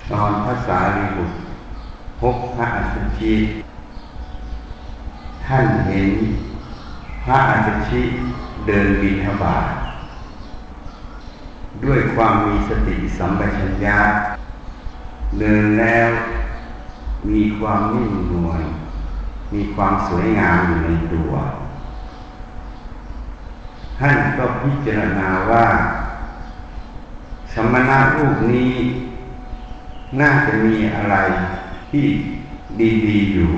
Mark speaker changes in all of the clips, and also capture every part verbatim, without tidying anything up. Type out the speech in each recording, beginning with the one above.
Speaker 1: ตอนพระสารีบุตรพบพระอัสสชิท่านเห็นพระอัสสชิเดินบิณฑบาตด้วยความมีสติสัมปชัญญะเดินแล้วมีความนิ่มนวลมีความสวยงามอยู่ในตัวท่านก็พิจารณาว่าสมณะรูปนี้น่าจะมีอะไรที่ดีๆอยู่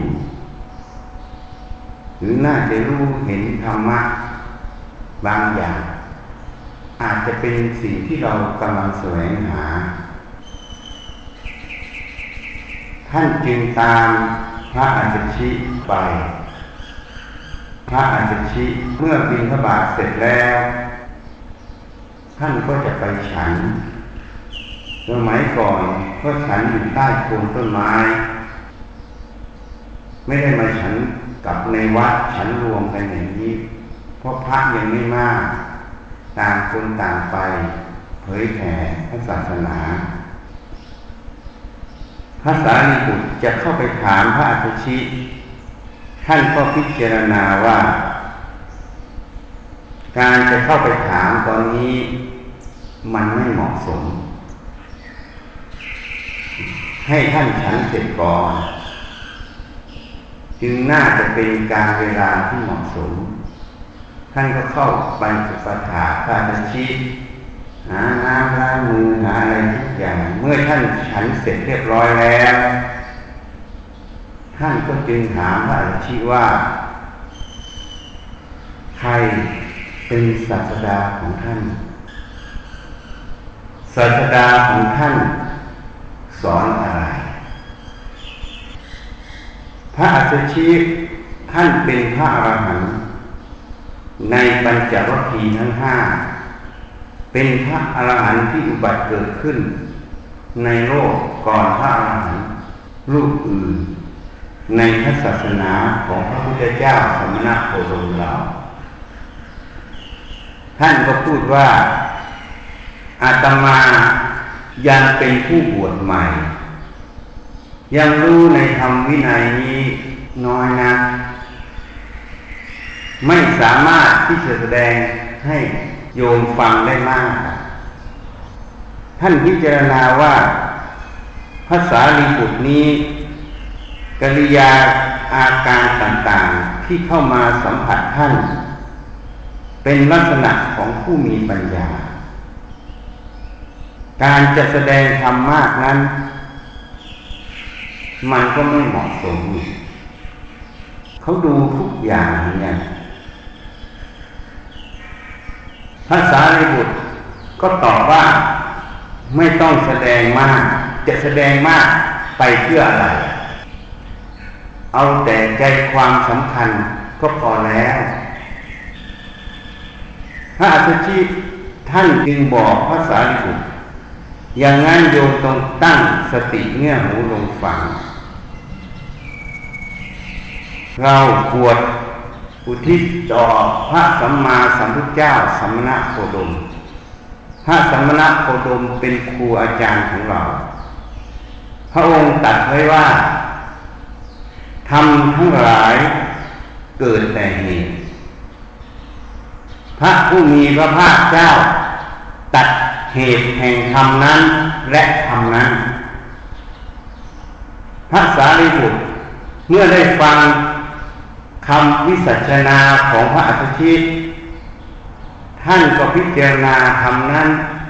Speaker 1: หรือน่าจะรู้เห็นธรรมะบางอย่างอาจจะเป็นสิ่งที่เรากำลังแสวงหาท่านจึงตามพระอัสสชิไปพระอัสสชิเมื่อบิณฑบาตเสร็จแล้วท่านก็จะไปฉันสมัยก่อนก็ฉันอยู่ใต้โคนต้นไม้ไม่ได้มาฉันกับในวัดฉันรวมกันอย่างนี้เพราะพระยังไม่มากต่างคนต่างไปเผยแผ่พระศาสนาพระสารีบุตรจะเข้าไปถามพระอัสสชิท่านก็พิจารณาว่าการจะเข้าไปถามตอนนี้มันไม่เหมาะสมให้ท่านฉันเสร็จก่อนจึงน่าจะเป็นการเวลาที่เหมาะสมท่านก็เข้าไปอุปถากพระอัสสชิหาน้ำล้างมือหาอะไรทุกอย่างเมื่อท่านฉันเสร็จเรียบร้อยแล้วท่านก็จึงถามพระอัสสชิว่าใครเป็นศาสดาของท่านศาสดาของท่านสอนอะไรพระอัสสชิท่านเป็นพระอรหันต์ในปัญจวัคคีย์ทั้งห้าเป็นพระอรหันต์ที่อุบัติเกิดขึ้นในโลกก่อนพระอรหันต์รูปอื่นในพระศาสนาของพระพุทธเจ้าสมณโคดมเราท่านก็พูดว่าอาตมายังเป็นผู้บวชใหม่ยังรู้ในธรรมวินัยนี้น้อยนะไม่สามารถที่จะแสดงให้โยมฟังได้มากท่านพิจารณาว่าพระสารีบุตรนี้กิริยาอาการต่างๆที่เข้ามาสัมผัสท่านเป็นลักษณะของผู้มีปัญญาการจะแสดงธรรมมากนั้นมันก็ไม่เหมาะสมเขาดูทุกอย่างเนี่ยพระสารีบุตรก็ตอบว่าไม่ต้องแสดงมากจะแสดงมากไปเพื่ออะไรเอาแต่ใจความสำคัญก็พอแล้วพระอัสสชิท่านจึงบอกพระสารีบุตรอย่างนั้นโยมต้องตั้งสติเงี่ยหูลงฟังเราบวชอุทิศต่อพระสัมมาสัมพุทธเจ้าสมณโคดมพระสมณโคดมเป็นครูอาจารย์ของเราพระองค์ตรัสไว้ว่าธรรมทั้งหลายเกิดแต่เหตุพระผู้มีพระภาคเจ้าตัดเหตุแห่งธรรมนั้นและธรรมนั้นพระสารีบุตรเมื่อได้ฟังคำวิสัชนาของพระอัสสชิท่านก็พิจารณาธรรมนั้น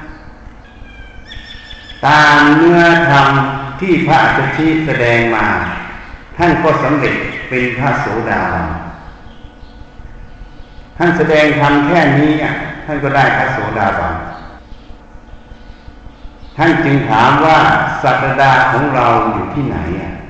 Speaker 1: ตามเนื้อธรรมที่พระอัสสชิแสดงมาท่านก็สำเร็จเป็นพระโสดาบันท่านแสดงธรรมแค่นี้ท่านก็ได้พระโสดาบันท่านจึงถามว่าศาสดาของเราอยู่ที่ไหน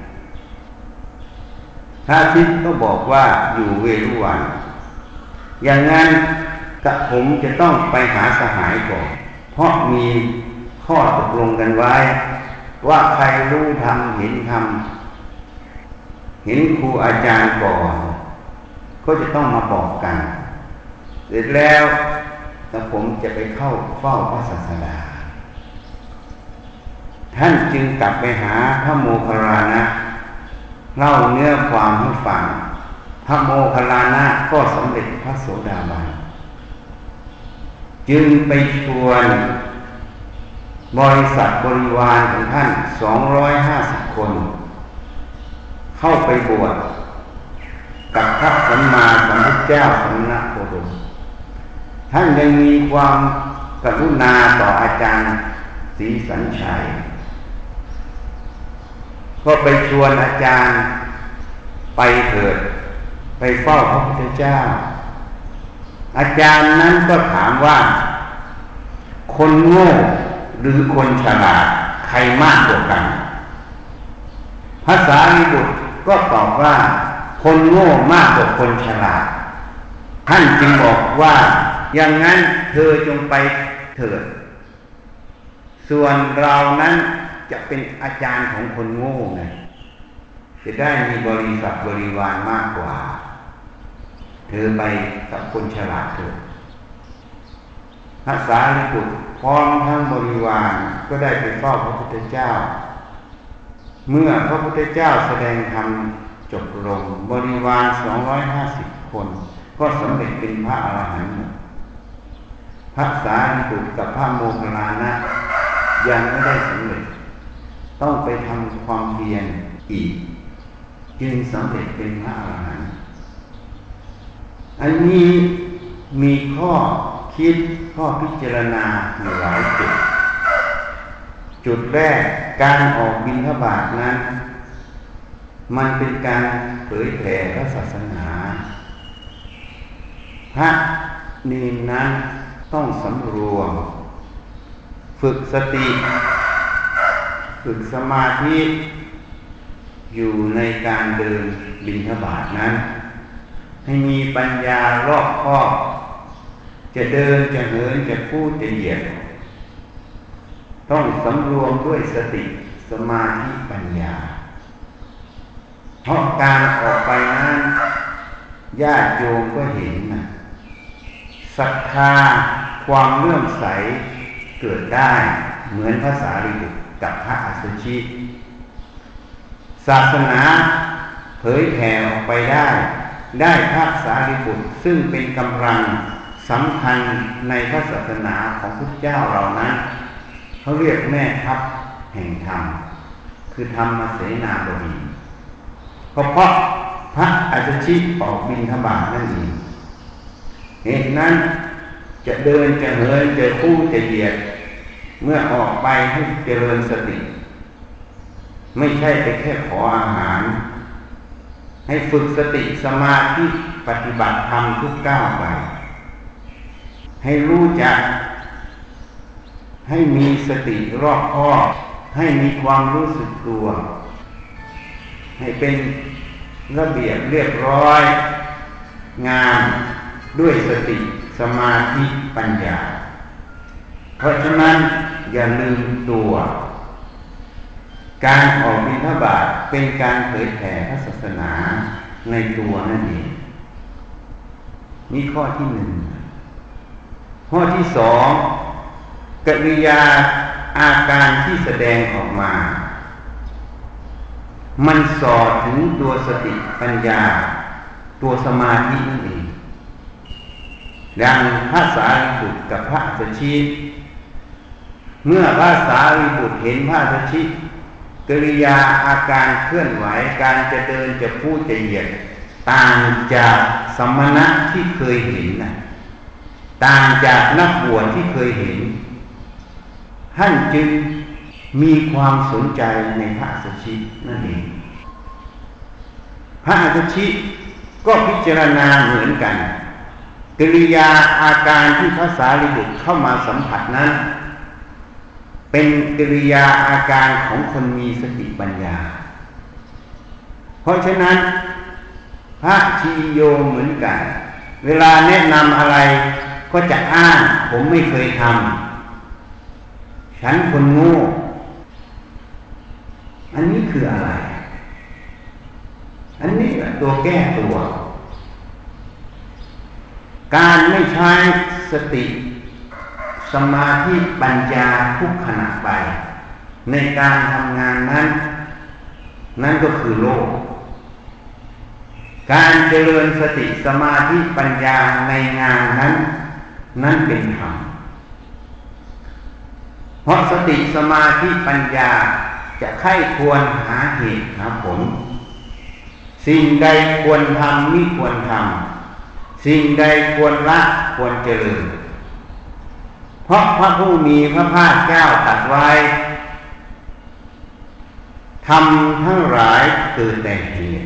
Speaker 1: พระอาทิตย์ก็บอกว่าอยู่เวรุวันอย่างนั้นกับผมจะต้องไปหาสหายก่อนเพราะมีข้อตกลงกันไว้ว่าใครรู้ธรรมเห็นธรรมเห็นครูอาจารย์ก่อนก็จะต้องมาบอกกันเสร็จแล้วแล้วผมจะไปเข้าเฝ้าพระศาสดา ทท่านจึงกลับไปหาพระโมคคัลลานะเล่าเนื้อความให้ฟังพระโมคคัลลานะก็สำเร็จพระโสดาบันจึงไปชวนบริษัทบริวารของท่านสองร้อยห้าสิบคนเข้าไปบวชกับพระสัมมาสัมพุทธเจ้าสมณโคดมท่านยังมีความกรุณาต่ออาจารย์ศรีสัญชัยก็ไปชวนอาจารย์ไปเถิดไปเฝ้าพระพุทธเจ้าอาจารย์นั้นก็ถามว่าคนโง่หรือคนฉลาดใครมากกว่ากันพระสารีบุตรก็ตอบว่าคนโง่มากกว่าคนฉลาดท่านจึงบอกว่าอย่างนั้นเธอจงไปเถิดส่วนเรานั้นจะเป็นอาจารย์ของคนโง่ไงจะได้มีบริษัทบริวารมากกว่าเธอไปกับคนฉลาดเถิดพระสารีบุตรพร้อมทั้งบริวารก็ได้ไปเฝ้าพระพุทธเจ้าเมื่อพระพุทธเจ้าแสดงธรรมจบลงบริวารสองร้อยห้าสิบคนก็สำเร็จเป็นพระอรหันต์พระสารีบุตรกับพระโมคคัลลานะยังไม่ได้สำเร็จต้องไปทำความเพียรอีกจึงสำเร็จเป็นพระอรหันต์อันนี้มีข้อคิดข้อพิจารณาอยู่หลายจุดจุดแรกการออกบิณฑบาตนั้นมันเป็นการเผยแผ่พระศาสนาพระเนรนั้นต้องสำรวมฝึกสติฝึกสมาธิอยู่ในการเดินบิณฑบาตนั้นให้มีปัญญารอบคอบจะเดินจะเหินจะพูดจะเหยียดต้องสำรวมด้วยสติสมาธิปัญญาเพราะการออกไปนั้นญาติโยมก็เห็นนะศรัทธาความเลื่อมใสเกิดได้เหมือนพระสารีบุตรกับพระอัสสชิศาสนาเผยแผ่ออกไปได้ได้พระสารีบุตรซึ่งเป็นกำลังสำคัญในพระศาสนาของพุทธเจ้าเรานั้นเขาเรียกแม่ทัพแห่งธรรมคือธรรมเสนาบดีก็เพราะพระอัสสชิออกบิณฑบาตนั่นเองเหตุนั้นจะเดินจะเหินจะคู่จะเหยียดเมื่อออกไปให้เจริญสติไม่ใช่ไปแค่ขออาหารให้ฝึกสติสมาธิปฏิบัติธรรมทุกก้าวไปให้รู้จักให้มีสติรอบคอบให้มีความรู้สึกตัวให้เป็นระเบียบเรียบร้อยงามด้วยสติสมาธิปัญญาเพราะฉะนั้นอย่าลืมตัวการออกบิณฑบาตเป็นการเผยแผ่พระศาสนาในตัวนั่นเองนี่ข้อที่หนึ่งข้อที่สองกิริยาอาการที่แสดงออกมามันสอดถึงตัวสติปัญญาตัวสมาธินั่นเองดังพระสารีบุตรกับพระอัสสชิเมื่อพระสารีบุตรเห็นพระอัสสชิกิริยาอาการเคลื่อนไหวการจะเดินจะพูดจะเหยียดต่างจากสมณะที่เคยเห็นนะต่างจากนักบวชที่เคยเห็นท่านจึงมีความสนใจในพระอัสสชินั่นเองพระอัสสชิก็พิจารณาเหมือนกันกิริยาอาการที่พระสารีบุตรเข้ามาสัมผัสนั้นเป็นกิริยาอาการของคนมีสติปัญญาเพราะฉะนั้นพระชีโยเหมือนกันเวลาแนะนำอะไรก็จะอ้างผมไม่เคยทำฉันคนโง่อันนี้คืออะไรอันนี้แหละตัวแก้ตัวการไม่ใช้สติสมาธิปัญญาทุกขณะไปในการทำงานนั้นนั่นก็คือโลกการเจริญสติสมาธิปัญญาในงานนั้นนั่นเป็นธรรมเพราะสติสมาธิปัญญาจะใคร่ควรหาเหตุหาผลสิ่งใดควรทำมิควรทำสิ่งใดควรละควรเจริญเพราะพระผู้มีพระภาคเจ้าตรัสไว้ธรรมทั้งหลายเกิดแต่เหตุ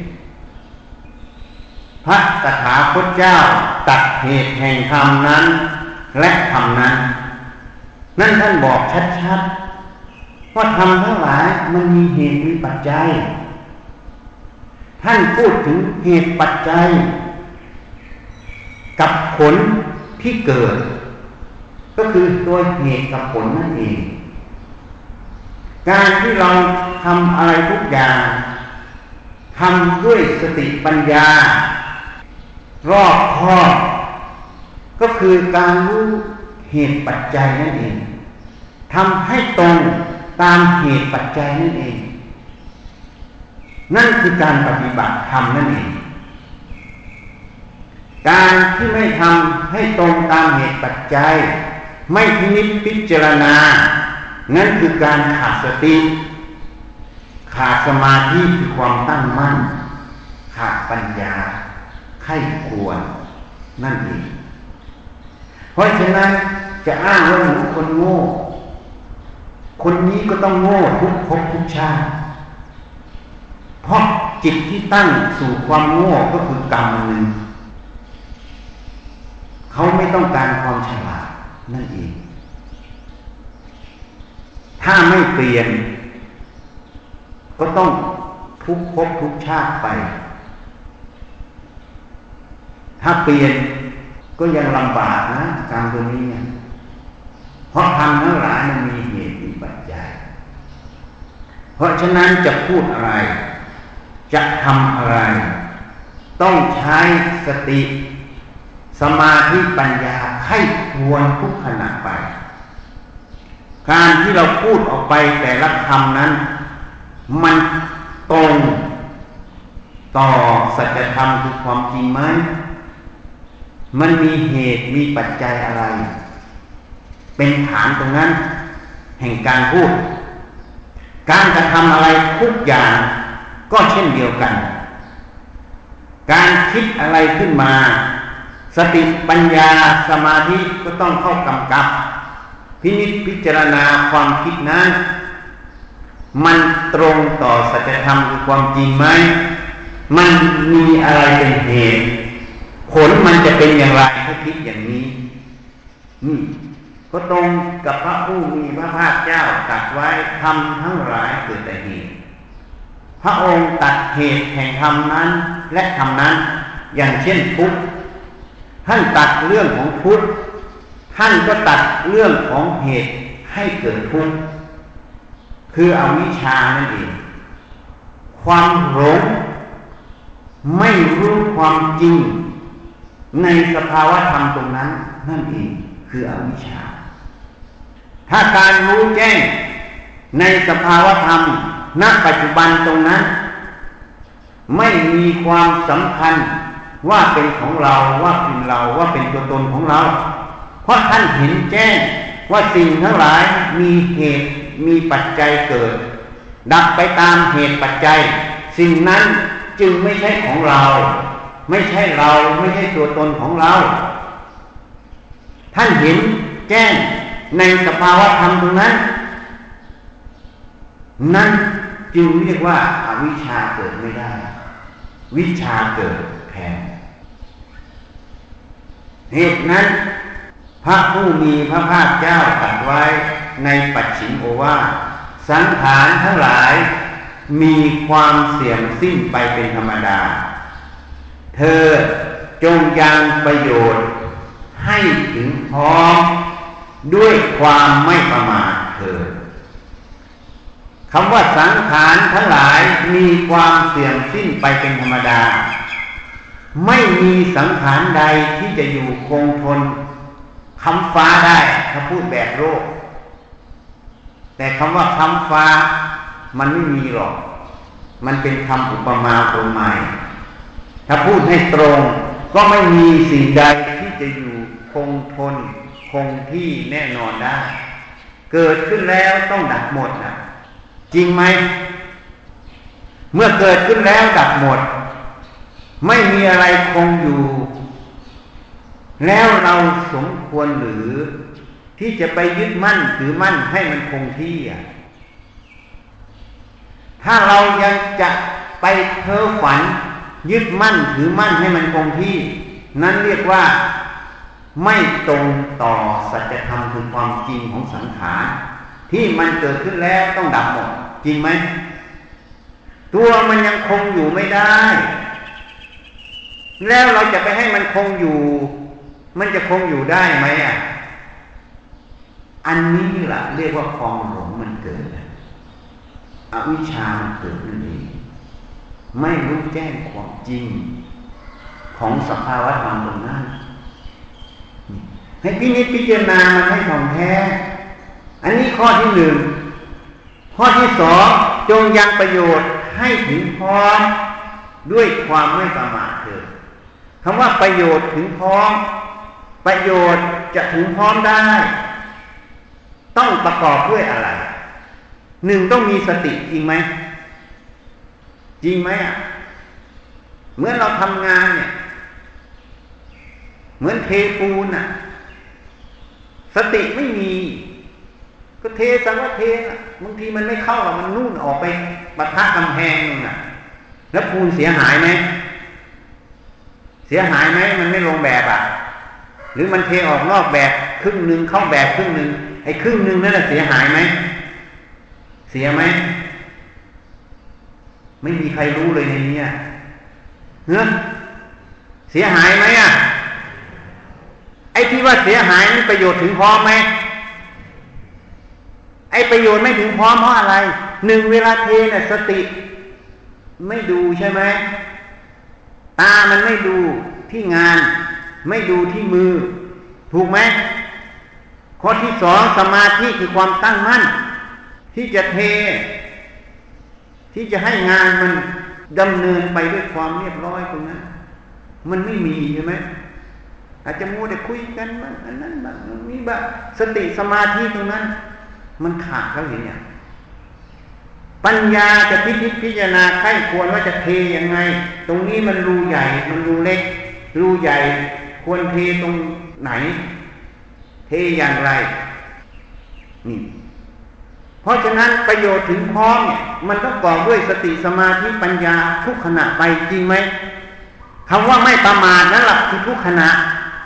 Speaker 1: พระตถาคตเจ้าตรัสเหตุแห่งธรรมนั้นและธรรมนั้นนั่นท่านบอกชัดๆว่าธรรมทั้งหลายมันมีเหตุมีปัจจัยท่านพูดถึงเหตุปัจจัยกับผลที่เกิดก็คือตัวเหตุกับผลนั่นเองการที่เราทำอะไรทุกอย่างทำด้วยสติปัญญารอบคอบก็คือการรู้เหตุปัจจัยนั่นเองทำให้ตรงตามเหตุปัจจัยนั่นเองนั่นคือการปฏิบัติธรรมนั่นเองการที่ไม่ทำให้ตรงตามเหตุปัจจัยไม่พินิจพิจารณานั่นคือการขาดสติขาดสมาธิคือความตั้งมั่นขาดปัญญาไข้ควรนั่นเองเพราะฉะนั้นจะอ้างว่าหนูคนโง่คนนี้ก็ต้องโง่ทุกภพทุกชาติเพราะจิตที่ตั้งสู่ความโง่ก็คือกรรมหนึ่งเขาไม่ต้องการความฉลาดนั่นเองถ้าไม่เปลี่ยนก็ต้องทุกภพทุกชาติไปถ้าเปลี่ยนก็ยังลำบากนะกรรมตัวนี้เนี่ยเพราะธรรมทั้งหลายมันมีเหตุมีปัจจัยเพราะฉะนั้นจะพูดอะไรจะทำอะไรต้องใช้สติสมาธิปัญญาไข้ควรทุกขณะไปการที่เราพูดออกไปแต่ละคำนั้นมันตรงต่อสัจธรรมคือความจริงไหมมันมีเหตุมีปัจจัยอะไรเป็นฐานตรงนั้นแห่งการพูดการกระทำอะไรทุกอย่างก็เช่นเดียวกันการคิดอะไรขึ้นมาสติปัญญาสมาธิก็ต้องเข้ากำกับพินิจพิจารณาความคิดนั้นมันตรงต่อสัจธรรมคือความจริงไหมมันมีอะไรเป็นเหตุผลมันจะเป็นอย่างไรถ้าคิดอย่างนี้นี่ก็ตรงกับพระผู้มีพระภาคเจ้าตรัสไว้ธรรมทั้งหลายเกิดแต่เหตุพระองค์ตัดเหตุแห่งธรรมนั้นและธรรมนั้นอย่างเช่นทุกข์ท่านตัดเรื่องของทุกข์ท่านก็ตัดเรื่องของเหตุให้เกิดทุกข์คืออวิชชานั่นเองความหลงไม่รู้ความจริงในสภาวะธรรมตรงนั้นนั่นเองคืออวิชชาถ้าการรู้แจ้งในสภาวะธรรมณปัจจุบันตรงนั้นไม่มีความสำคัญว่าเป็นของเราว่าเป็นเราว่าเป็นตัวตนของเราเพราะท่านเห็นแจ้งว่าสิ่งทั้งหลายมีเหตุมีปัจจัยเกิดดับไปตามเหตุปัจจัยสิ่งนั้นจึงไม่ใช่ของเราไม่ใช่เราไม่ใช่ตัวตนของเราท่านเห็นแจ้งในสภาวะธรรมตรงนั้นนั่นจึงเรียกว่าอวิชชาเกิดไม่ได้วิชชาเกิดแทนเหตุนั้นพระผู้มีพระภาคเจ้าตรัสไว้ในปัจฉิมโอวาทสังขารทั้งหลายมีความเสื่อมสิ้นไปเป็นธรรมดาเธอจงยังประโยชน์ให้ถึงพร้อมด้วยความไม่ประมาทเถิดคำว่าสังขารทั้งหลายมีความเสื่อมสิ้นไปเป็นธรรมดาไม่มีสังขารใดที่จะอยู่คงทนค้ำฟ้าได้ถ้าพูดแบบโลกแต่คำว่าคำฟ้ามันไม่มีหรอกมันเป็นคำอุปมาอุปไมยถ้าพูดให้ตรงก็ไม่มีสิ่งใดที่จะอยู่คงทนคงที่แน่นอนได้เกิดขึ้นแล้วต้องดับหมดนะจริงไหมเมื่อเกิดขึ้นแล้วดับหมดไม่มีอะไรคงอยู่แล้วเราสมควรหรือที่จะไปยึดมั่นถือมั่นให้มันคงที่อ่ะถ้าเรายังจะไปเพ้อฝันยึดมั่นถือมั่นให้มันคงที่นั้นเรียกว่าไม่ตรงต่อสัจธรรมคือความจริงของสังขารที่มันเกิดขึ้นแล้วต้องดับหมดจริงไหมตัวมันยังคงอยู่ไม่ได้แล้วเราจะไปให้มันคงอยู่มันจะคงอยู่ได้ไหมอ่ะอันนี้แหละเรียกว่าความหลงมันเกิดอวิชชามันเกิดนั่นเองไม่รู้แจ้งความจริงของสภาวะธรรมตรงนั้นให้พินิจพิจารณามันให้ถ่องแท้อันนี้ข้อที่หนึ่งข้อที่สองจงยังประโยชน์ให้ถึงพร้อมด้วยความไม่ประมาทเถิดคำว่าประโยชน์ถึงพร้อมประโยชน์จะถึงพร้อมได้ต้องประกอบด้วยอะไรหนึ่งต้องมีสติจริงไหมจริงไหมอ่ะเหมือนเราทำงานเนี่ยเหมือนเทปูนอ่ะสติไม่มีก็เทสังว่าเทอ่ะบางทีมันไม่เข้าหรอกมันนู่นออกไปปะทะกำแพงนึงอ่ะแล้วปูนเสียหายไหมเสียหายไหมมันไม่ลงแบบอ่ะหรือมันเทออกนอกแบบครึ่งนึงเข้าแบบครึ่งนึงไอ้ครึ่งนึงนั่นแหละเสียหายไหมเสียไหมไม่มีใครรู้เลยในนี้เฮ้ยเสียหายไหมอ่ะไอ้ที่ว่าเสียหายนี่ประโยชน์ถึงพร้อมไหมไอ้ประโยชน์ไม่ถึงพร้อมเพราะอะไรหนึ่งเวลาเทน่ะสติไม่ดูใช่ไหมตามันไม่ดูที่งานไม่ดูที่มือถูกไหมข้อที่สองสมาธิคือความตั้งมั่นที่จะเทที่จะให้งานมันดำเนินไปด้วยความเรียบร้อยตรงนั้นมันไม่มีใช่ไหมอาจจะมัวแต่คุยกันบ้างอันนั้นบ้างนี่บ้างสติสมาธิตรงนั้นมันขาดแล้วอย่างเนี้ยปัญญาจะพิจิตพิจารณาใคร่ควรว่าจะเทยังไงตรงนี้มันรูใหญ่มันรูเล็กรูใหญ่ควรเทตรงไหนเทอย่างไรนี่เพราะฉะนั้นประโยชน์ถึงพร้อมเนี่ยมันต้องก่อด้วยสติสมาธิปัญญาทุกขณะไปจริงไหมคำว่าไม่ประมาทนั่นแหละคือทุกขณะ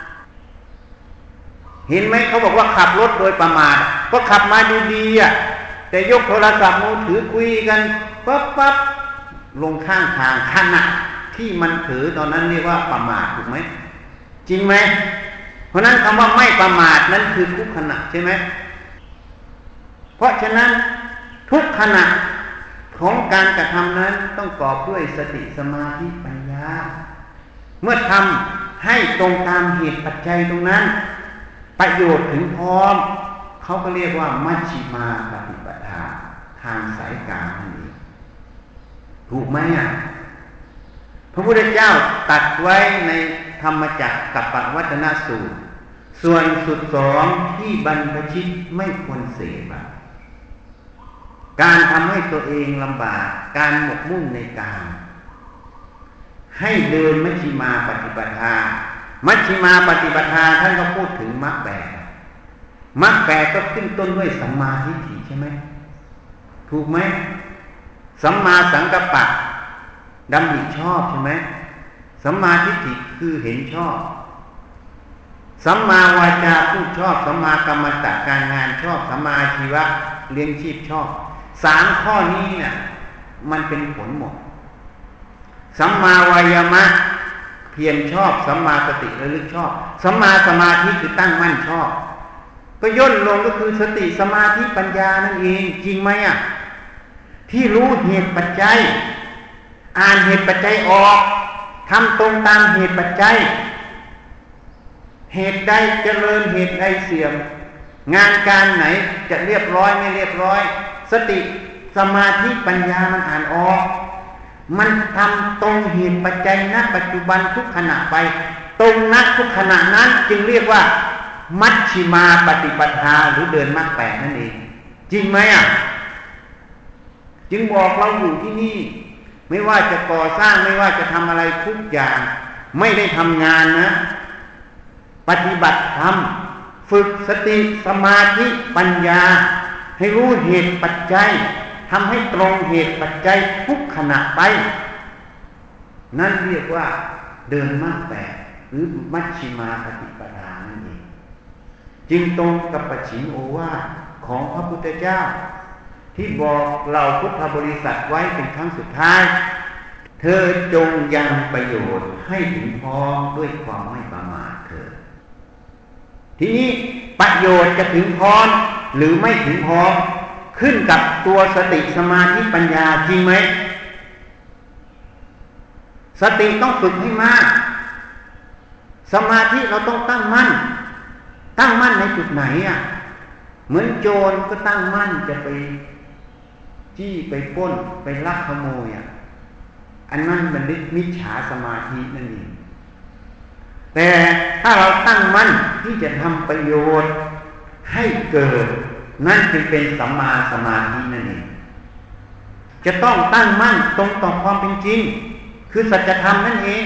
Speaker 1: เห็นไหมเขาบอกว่าขับรถโดยประมาทก็ขับมาดีๆอ่ะแต่ยกโทรศัพท์มือถือคุยกันปั๊บปั๊บลงข้างทางขณะที่มันถือตอนนั้นเรียกว่าประมาทถูกไหมจริงไหมเพราะนั้นคำว่าไม่ประมาทนั้นคือทุกขณะใช่ไหมเพราะฉะนั้นทุกขณะของการกระทำนั้นต้องประกอบด้วยสติสมาธิปัญญาเมื่อทำให้ตรงตามเหตุปัจจัยตรงนั้นประโยชน์ถึงพร้อมเขาก็เรียกว่ามัชฌิมาปฏิปทาทางสายกลางนั่นเองถูกไหมอ่ะพระพุทธเจ้าตรัสไว้ในธรรมจักรกัปปวัฏนสูตรส่วนสุดสองที่บรรพชิตไม่ควรเสพการทำให้ตัวเองลำบากการหมกมุ่นในกามให้เดินมัชฌิมาปฏิปทามัชฌิมาปฏิปทาท่านก็พูดถึงมรรคแปดมรรคแปดก็ขึ้นต้นด้วยสัมมาทิฏฐิใช่ไหมถูกไหมสัมมาสังกัปปะดำริชอบใช่ไหมสัมมาทิฏฐิคือเห็นชอบสัมมาวาจาพูดชอบสัมมากัมมันตะการงานชอบสัมมาอาชีวะเลี้ยงชีพชอบสามข้อนี้เนี่ยมันเป็นผลหมดสัมมาวายามะเพียรชอบสัมมาสติระลึกชอบสัมมาสมาธิคือตั้งมั่นชอบก็ย่นลงก็คือสติสมาธิปัญญานั่นเองจริงไหมอ่ะที่รู้เหตุปัจจัยอ่านเหตุปัจจัยออกทำตรงตามเหตุปัจจัยเหตุใดเจริญเหตุใดเสื่อมงานการไหนจะเรียบร้อยไม่เรียบร้อยสติสมาธิปัญญามันอ่านออกมันทำตรงเหตุปัจจัยณปัจจุบันทุกขณะไปตรงนักทุกขณะนั้นจึงเรียกว่ามัชฌิมาปฏิปทาหรือเดินมรรคแปดนั่นเองจริงไหมอ่ะจึงบอกเราอยู่ที่นี่ไม่ว่าจะก่อสร้างไม่ว่าจะทำอะไรทุกอย่างไม่ได้ทำงานนะปฏิบัติธรรมฝึกสติสมาธิปัญญาให้รู้เหตุปัจจัยทำให้ตรงเหตุปัจจัยทุกขณะไปนั่นเรียกว่าเดินมรรคแปดหรือมัชฌิมาปฏิปทานั่นเองจึงตรงกับปัจฉิมโอวาทของพระพุทธเจ้าที่บอกเราพุทธบริษัทไว้เป็นครั้งสุดท้ายเธอจงยังประโยชน์ให้ถึงพร้อมด้วยความไม่ประมาทเถิดทีนี้ประโยชน์จะถึงพร้อมหรือไม่ถึงพร้อมขึ้นกับตัวสติสมาธิปัญญาจริงไหมสติต้องฝึกให้มากสมาธิเราต้องตั้งมั่นตั้งมั่นในจุดไหนอ่ะเหมือนโจรก็ตั้งมั่นจะไปจี้ไปปล้นไปลักขโมยอ่ะอันนั้นมันมิจฉาสมาธินั่นเองแต่ถ้าเราตั้งมั่นที่จะทำประโยชน์ให้เกิดนั่นจึงเป็นสัมมาสมาธินั่นเองจะต้องตั้งมั่นตรงต่อความเป็นจริงคือสัจธรรมนั่นเอง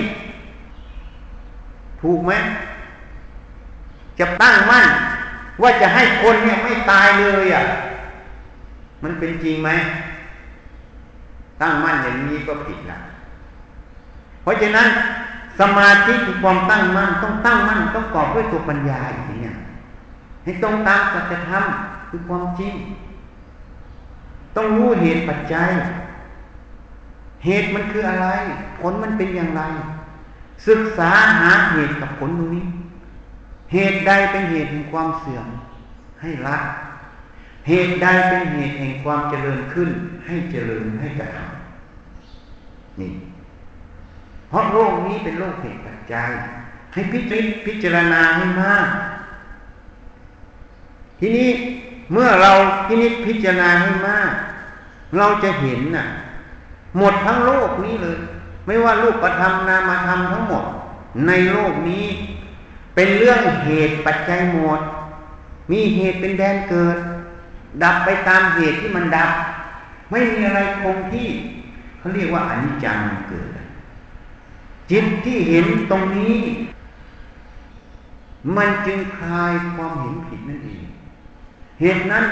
Speaker 1: ถูกไหมจะตั้งมั่นว่าจะให้คนเนี่ยไม่ตายเลยอ่ะมันเป็นจริงไหมตั้งมั่นอย่างนี้ก็ผิดละเพราะฉะนั้นสมาธิคือความตั้งมั่นต้องตั้งมั่นต้องประกอบด้วยตัวปัญญาอย่างนี้ให้ตรงตามสัจธรรมคือความจริงต้องรู้เหตุปัจจัยเหตุมันคืออะไรผลมันเป็นอย่างไรศึกษาหาเหตุกับผลตรงนี้เหตุใดเป็นเหตุแห่งความเสื่อมให้ละเหตุใดเป็นเหตุแห่งความเจริญขึ้นให้เจริญให้กระทำนี่เพราะโลกนี้เป็นโลกเหตุปัจจัยให้พิจิตรพิจารณาให้มากทีนี้เมื่อเราพินิจพิจารณาให้มากเราจะเห็นน่ะหมดทั้งโลกนี้เลยไม่ว่ารูปธรรมนามธรรมทั้งหมดในโลกนี้เป็นเรื่องเหตุปัจจัยหมดมีเหตุเป็นแดนเกิดดับไปตามเหตุที่มันดับไม่มีอะไรคงที่เขาเรียกว่าอนิจจังเกิดจิตที่เห็นตรงนี้มันจึงคลายความเห็นผิดนั่นเองเหตุนั้น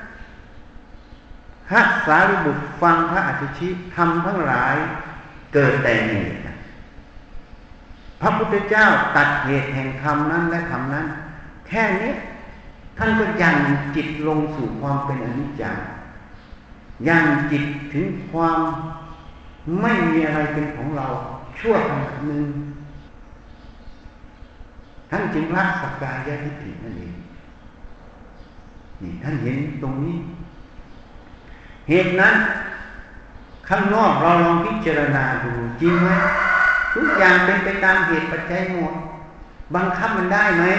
Speaker 1: พระสารีบุตรฟังพระอธิชิธรรมทั้งหลายเกิดแต่เหตุพระพุทธเจ้าตัดเหตุแห่งธรรมนั้นและธรรมนั้นแค่นี้ท่านก็ยังจิตลงสู่ความเป็นอนิจจังยังจิตถึงความไม่มีอะไรเป็นของเราชั่วขณะหนึ่งท่านจึงละสักกายทิฏฐินั่นเองนี่ท่านเห็นตรงนี้เหตุนั้นข้างนอกเราลองพิจารณาดูจริงไหมทุกอย่างเป็นไปตามเหตุปัจจัยหมดบังคับมันได้ไหม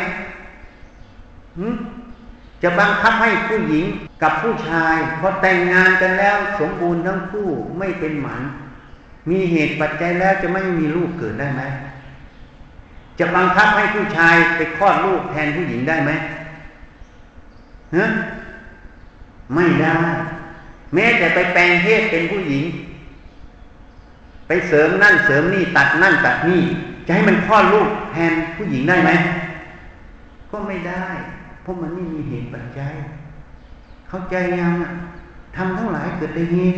Speaker 1: จะบังคับให้ผู้หญิงกับผู้ชายพอแต่งงานกันแล้วสมบูรณ์ทั้งคู่ไม่เป็นหมันมีเหตุปัจจัยแล้วจะไม่มีลูกเกิดได้ไหมจะบังคับให้ผู้ชายไปคลอดลูกแทนผู้หญิงได้ไหมฮะไม่ได้แม้แต่ไปแปลงเพศเป็นผู้หญิงไปเสริมนั่นเสริมนี่ตัดนั่นตัดนี่จะให้มันคลอดลูกแทนผู้หญิงได้ไหมก็ไม่ได้เพราะมันไม่มีเหตุปัจจัยเข้าใจยังทำทั้งหลายเกิดได้เหตุ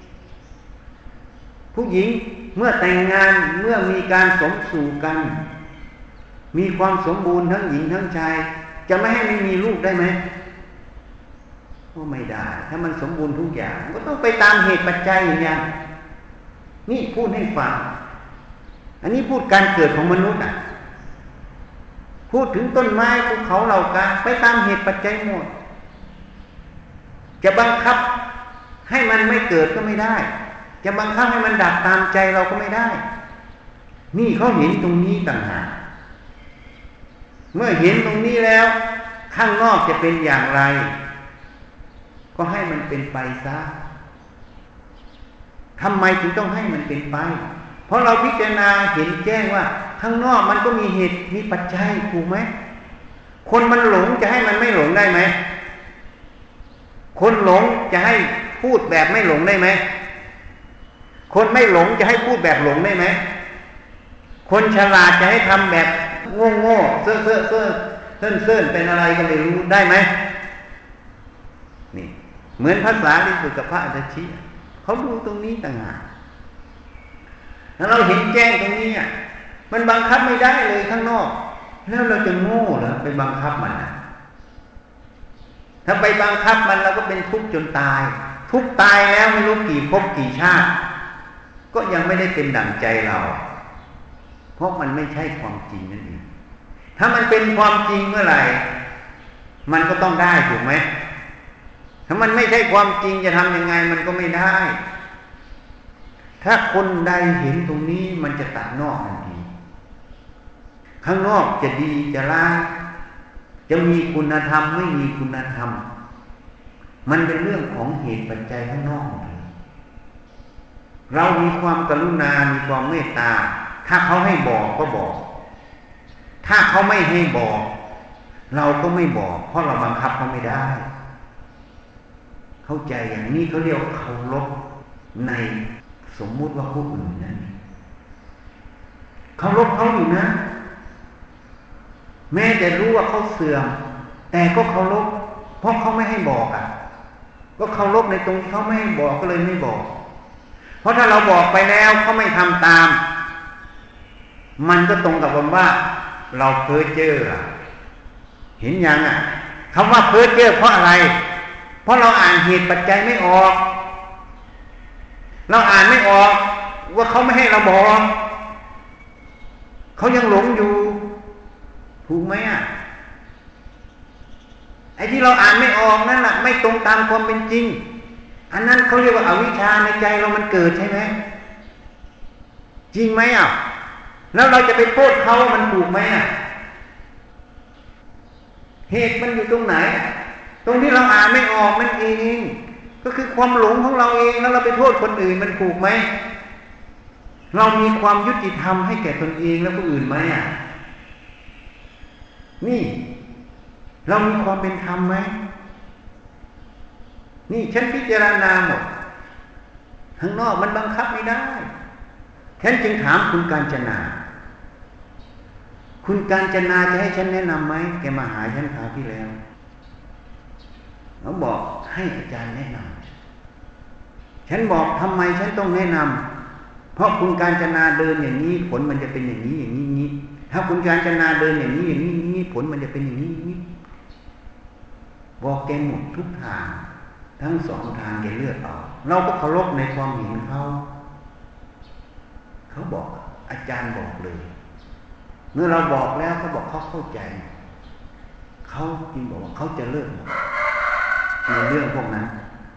Speaker 1: ผู้หญิงเมื่อแต่งงานเมื่อมีการสมสู่กันมีความสมบูรณ์ทั้งหญิงทั้งชายจะไม่ให้ไม่มีลูกได้ไหมก็ไม่ได้ถ้ามันสมบูรณ์ทุกอย่างก็ต้องไปตามเหตุปัจจัยอย่างนี้นี่พูดให้ฟังอันนี้พูดการเกิดของมนุษย์อ่ะพูดถึงต้นไม้ภูเขาเหล่ากาไปตามเหตุปัจจัยหมดจะบังคับให้มันไม่เกิดก็ไม่ได้จะบังคับให้มันดับตามใจเราก็ไม่ได้นี่เขาเห็นตรงนี้ต่างหากเมื่อเห็นตรงนี้แล้วข้างนอกจะเป็นอย่างไรก็ให้มันเป็นไปซะทำไมถึงต้องให้มันเป็นไปเพราะเราพิจารณาเห็นแจ้งว่าข้างนอกมันก็มีเหตุมีปัจจัยถูกไหมคนมันหลงจะให้มันไม่หลงได้ไหมคนหลงจะให้พูดแบบไม่หลงได้ไหมคนไม่หลงจะให้พูดแบบหลงได้ไหมคนฉลาดจะให้ทำแบบโง่โง่เซ่อเซ่อเซ่อเซ่อเซ่อเป็นอะไรก็ไม่รู้ได้ไหมนี่เหมือนภาษาลิบุตรกับพระอัฏฐชิเขาดูตรงนี้ต่างหากแล้วเราเห็นแจ้งตรงนี้อ่ะมันบังคับไม่ได้เลยข้างนอกแล้วเราจะโง่เหรอไปบังคับมันนะถ้าไปบังคับมันเราก็เป็นทุกข์จนตายทุกข์ตายแล้วไม่รู้กี่ภพกี่ชาติก็ยังไม่ได้เป็นดั่งใจเราเพราะมันไม่ใช่ความจริงนั่นเองถ้ามันเป็นความจริงเมื่อไหร่มันก็ต้องได้ถูกไหมถ้ามันไม่ใช่ความจริงจะทำยังไงมันก็ไม่ได้ถ้าคนใดเห็นตรงนี้มันจะตัดนอกทันทีข้างนอกจะดีจะร้ายจะมีคุณธรรมไม่มีคุณธรรมมันเป็นเรื่องของเหตุปัจจัยข้างนอกเรามีความกรุณามีความเมตตาถ้าเขาให้บอกก็บอกถ้าเขาไม่ให้บอกเราก็ไม่บอกเพราะเราบังคับเขาไม่ได้เข้าใจอย่างนี้เขาเรียกเคารพในสมมุติว่าผู้อื่นนั้นเคารพเขาอยู่นะแม้แต่รู้ว่าเขาเสื่อมแต่ก็เคารพเพราะเขาไม่ให้บอกอ่ะก็เคารพในตรงที่เขาไม่ให้บอกก็เลยไม่บอกเพราะถ้าเราบอกไปแล้วเขาไม่ทำตามมันก็ตรงกับคำว่าเราเพ้อเจ้อเห็นยังอ่ะคำว่าเพ้อเจ้อเพราะอะไรเพราะเราอ่านเหตุปัจจัยไม่ออกเราอ่านไม่ออกว่าเขาไม่ให้เราบอกเขายังหลงอยู่ถูกไหมอ่ะไอ้ที่เราอ่านไม่ออกนั่นแหละไม่ตรงตามความเป็นจริงอันนั้นเขาเรียกว่าอวิชชาในใจเรามันเกิดใช่ไหมจริงไหมอ่ะแล้วเราจะไปโทษเขามันถูกไหมอ่ะเหตุมันอยู่ตรงไหนตรงที่เราอ่านไม่ออกมันเองก็คือความหลงของเราเองแล้วเราไปโทษคนอื่นมันถูกไหมเรามีความยุติธรรมให้แก่ตนเองแล้วผู้อื่นไหมอ่ะนี่เรามีความเป็นธรรมไหมนี่ฉันพิจารณาหมดข้างนอกมันบังคับไม่ได้ฉันจึงถามคุณกาญจนาคุณกาญจนาจะให้ฉันแนะนำไหมแกมาหาฉันคราวที่แล้วเขาบอกให้อาจารย์แนะนำฉันบอกทำไมฉันต้องแนะนำเพราะคุณกาญจนาเดินอย่างนี้ผลมันจะเป็นอย่างนี้อย่างนี้นี้ถ้าคุณกาญจนาเดินอย่างนี้อย่างนี้นี้ผลมันจะเป็นอย่างนี้นี้บอกแกหมดทุกทางทั้งสองทางแกเลือกเอาเราก็เคารพในความเห็นเขาเขาบอกอาจารย์บอกเลยเมื่อเราบอกแล้วเขาบอกเขาเข้าใจเขาจริงบอกว่าเขาจะเลิกหมดในเรื่องพวกนั้น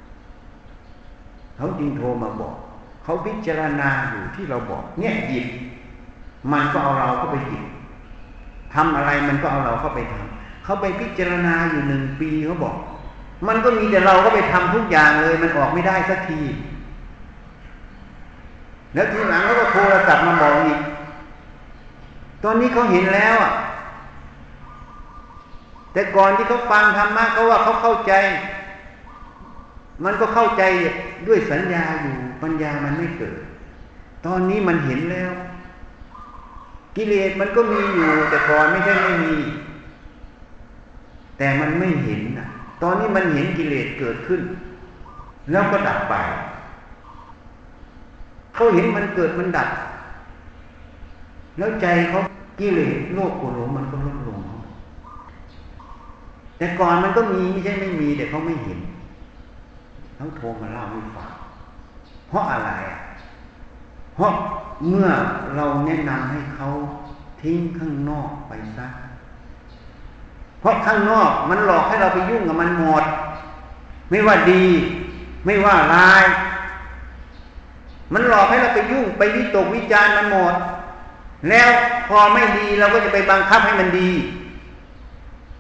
Speaker 1: เขาจริงโทรมาบอกเขาพิจารณาอยู่ที่เราบอกเนี่ยหยิบมันก็เอาเราเข้าไปหยิบทำอะไรมันก็เอาเราเข้าไปทำเขาไปพิจารณาอยู่หนึ่งปีเขาบอกมันก็มีแต่เราก็ไปทำทุกอย่างเลยมันออกไม่ได้สักทีแล้วทีหลังเขาก็โทรศัพท์มาบอกอีกตอนนี้เขาเห็นแล้วอ่ะแต่ก่อนที่เขาฟังธรรมะเขาว่าเขาเข้าใจมันก็เข้าใจด้วยสัญญาอยู่ปัญญามันไม่เกิดตอนนี้มันเห็นแล้วกิเลสมันก็มีอยู่แต่ก่อนไม่ใช่ไม่มีแต่มันไม่เห็นนะตอนนี้มันเห็นกิเลสเกิดขึ้นแล้วก็ดับไปเขาเห็นมันเกิดมันดับแล้วใจเขากิเลสโลภโกรธหลงมันก็ลดลงแต่ก่อนมันก็มีไม่ใช่ไม่มีแต่เขาไม่เห็นเขาโทรมาเล่าให้ฟังเพราะอะไรอ่ะเพราะเมื่อเราแนะนำให้เขาทิ้งข้างนอกไปซะเพราะข้างนอกมันหลอกให้เราไปยุ่งกับมันหมดไม่ว่าดีไม่ว่าร้ายมันหลอกให้เราไปยุ่งไปวิตกวิจารณ์มันหมดแล้วพอไม่ดีเราก็จะไปบังคับให้มันดี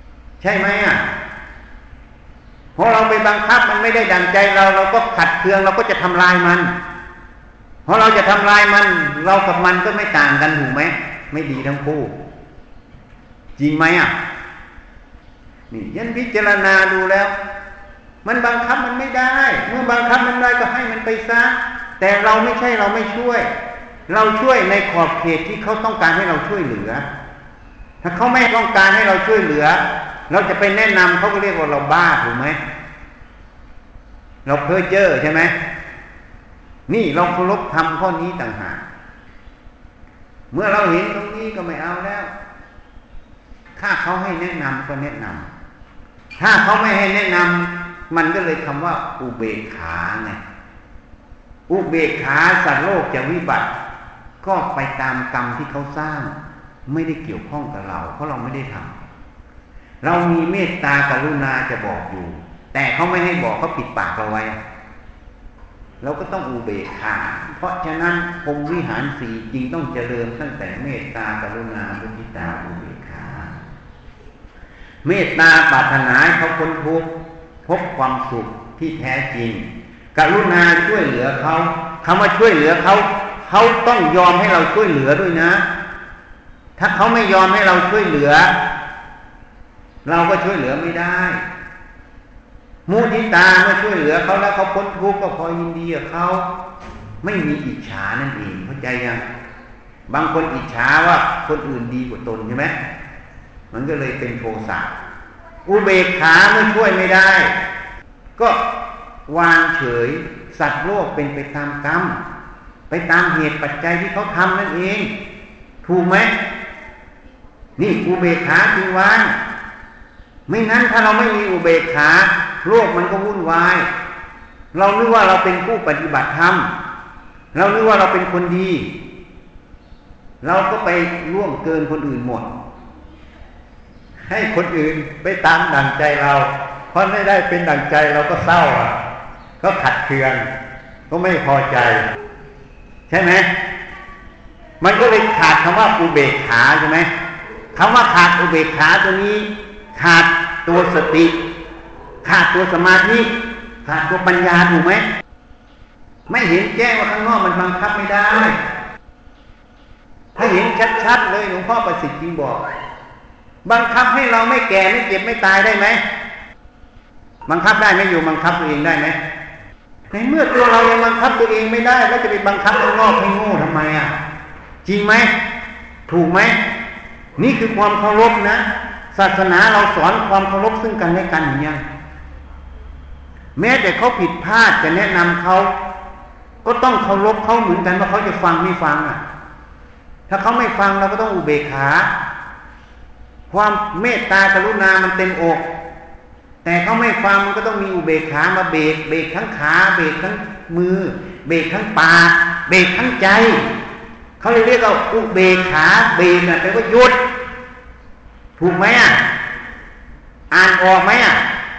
Speaker 1: ใช่ไหมอ่ะพอเราไปบังคับมันไม่ได้ดังใจเราเราก็ขัดเคืองเราก็จะทำลายมันเพราะเราจะทำลายมันเรากับมันก็ไม่ต่างกันถูกไหมไม่ดีทั้งคู่จริงไหมอ่ะนี่ยันพิจารณาดูแล้วมันบังคับมันไม่ได้เมื่อบังคับมันได้ก็ให้มันไปซะแต่เราไม่ใช่เราไม่ช่วยเราช่วยในขอบเขตที่เขาต้องการให้เราช่วยเหลือถ้าเขาไม่ต้องการให้เราช่วยเหลือเราจะไปแนะนำเขาก็เรียกว่าเราบ้าถูกไหมเราเพ้อเจ้อใช่ไหมนี่เราเคารพธรรมข้อนี้ต่างหากเมื่อเราเห็นตรงนี้ก็ไม่เอาแล้วถ้าเขาให้แนะนำก็แนะนำถ้าเขาไม่ให้แนะนำมันก็เลยคำว่าอุเบกขาไงอุเบกขาสัตว์โลกจะวิบัติก็ไปตามกรรมที่เขาสร้างไม่ได้เกี่ยวข้องกับเราเพราะเราไม่ได้ทำเรามีเมตตากรุณาจะบอกอยู่แต่เขาไม่ให้บอกเขาปิดปากเราไว้เราก็ต้องอุเบกขาเพราะฉะนั้นพรหมวิหารสี่จริงต้องเจริญตั้งแต่เมตตากรุณามุทิตาอุเบกขาเมตตาปรารถนาให้เขาพ้นทุกข์พบความสุขที่แท้จริงกรุณาช่วยเหลือเขาคำว่าช่วยเหลือเขาเขาต้องยอมให้เราช่วยเหลือด้วยนะถ้าเขาไม่ยอมให้เราช่วยเหลือเราก็ช่วยเหลือไม่ได้มุทิตาเมื่อช่วยเหลือเขาแล้วเขาพ้นทุกข์ก็พอยินดีกับเขาไม่มีอิจฉานั่นเองเข้าใจยังบางคนอิจฉาว่าคนอื่นดีกว่าตนใช่ไหมมันก็เลยเป็นโทสะอุเบกขาเมื่อช่วยไม่ได้ก็วางเฉยสัตว์โลกเป็นไปตามกรรมไปตามเหตุปัจจัยที่เขาทำนั่นเองถูกไหมนี่อุเบกขาจริงวางไม่งั้นถ้าเราไม่มีอุเบกขาโลกมันก็วุ่นวายเรานึกว่าเราเป็นผู้ปฏิบัติธรรมเรานึกว่าเราเป็นคนดีเราก็ไปล่วงเกินคนอื่นหมดให้คนอื่นไปตามดั่งใจเราเพราะไม่ได้เป็นดั่งใจเราก็เศร้าอ่ะก็ขัดเคืองก็ไม่พอใจใช่ไหมมันก็เลยขาดคำว่าอุเบกขาใช่ไหมคำว่าขาดอุเบกขาตัวนี้ขาดตัวสติขาดตัวสมาธิขาดตัวปัญญาถูกไหมไม่เห็นแจ้งว่าข้างนอกมันบังคับไม่ได้ถ้าเห็นชัดๆเลยหลวงพ่อประสิทธิ์จริงบอกบังคับให้เราไม่แก่ไม่เจ็บไม่ตายได้ไหมบังคับได้ไหมอยู่บังคับตัวเองได้ไหมในเมื่อตัวเรายังบังคับตัวเองไม่ได้แล้วจะไปบังคับข้างนอกให้โง่ทำไมอ่ะจริงไหมถูกไหมนี่คือความเคารพนะศาสนาเราสอนความเคารพซึ่งกันและกันอย่างนี้แม้แต่เขาผิดพลาดจะแนะนำเขาก็ต้องเคารพเขาเหมือนกันว่าเขาจะฟังไม่ฟังอ่ะถ้าเขาไม่ฟังเราก็ต้องอุเบกขาความเมตตากรุณามันเต็มอกแต่เขาไม่ฟังมันก็ต้องมีอุเบกขามาเบรกเบรกทั้งขาเบรกทั้งมือเบรกทั้งปากเบรกทั้งใจเขาเลยเรียกว่าอุเบกขาเบรกน่ะแปลว่าหยุดถูกไหมอ่ะอ่านออกไหมอ่ะ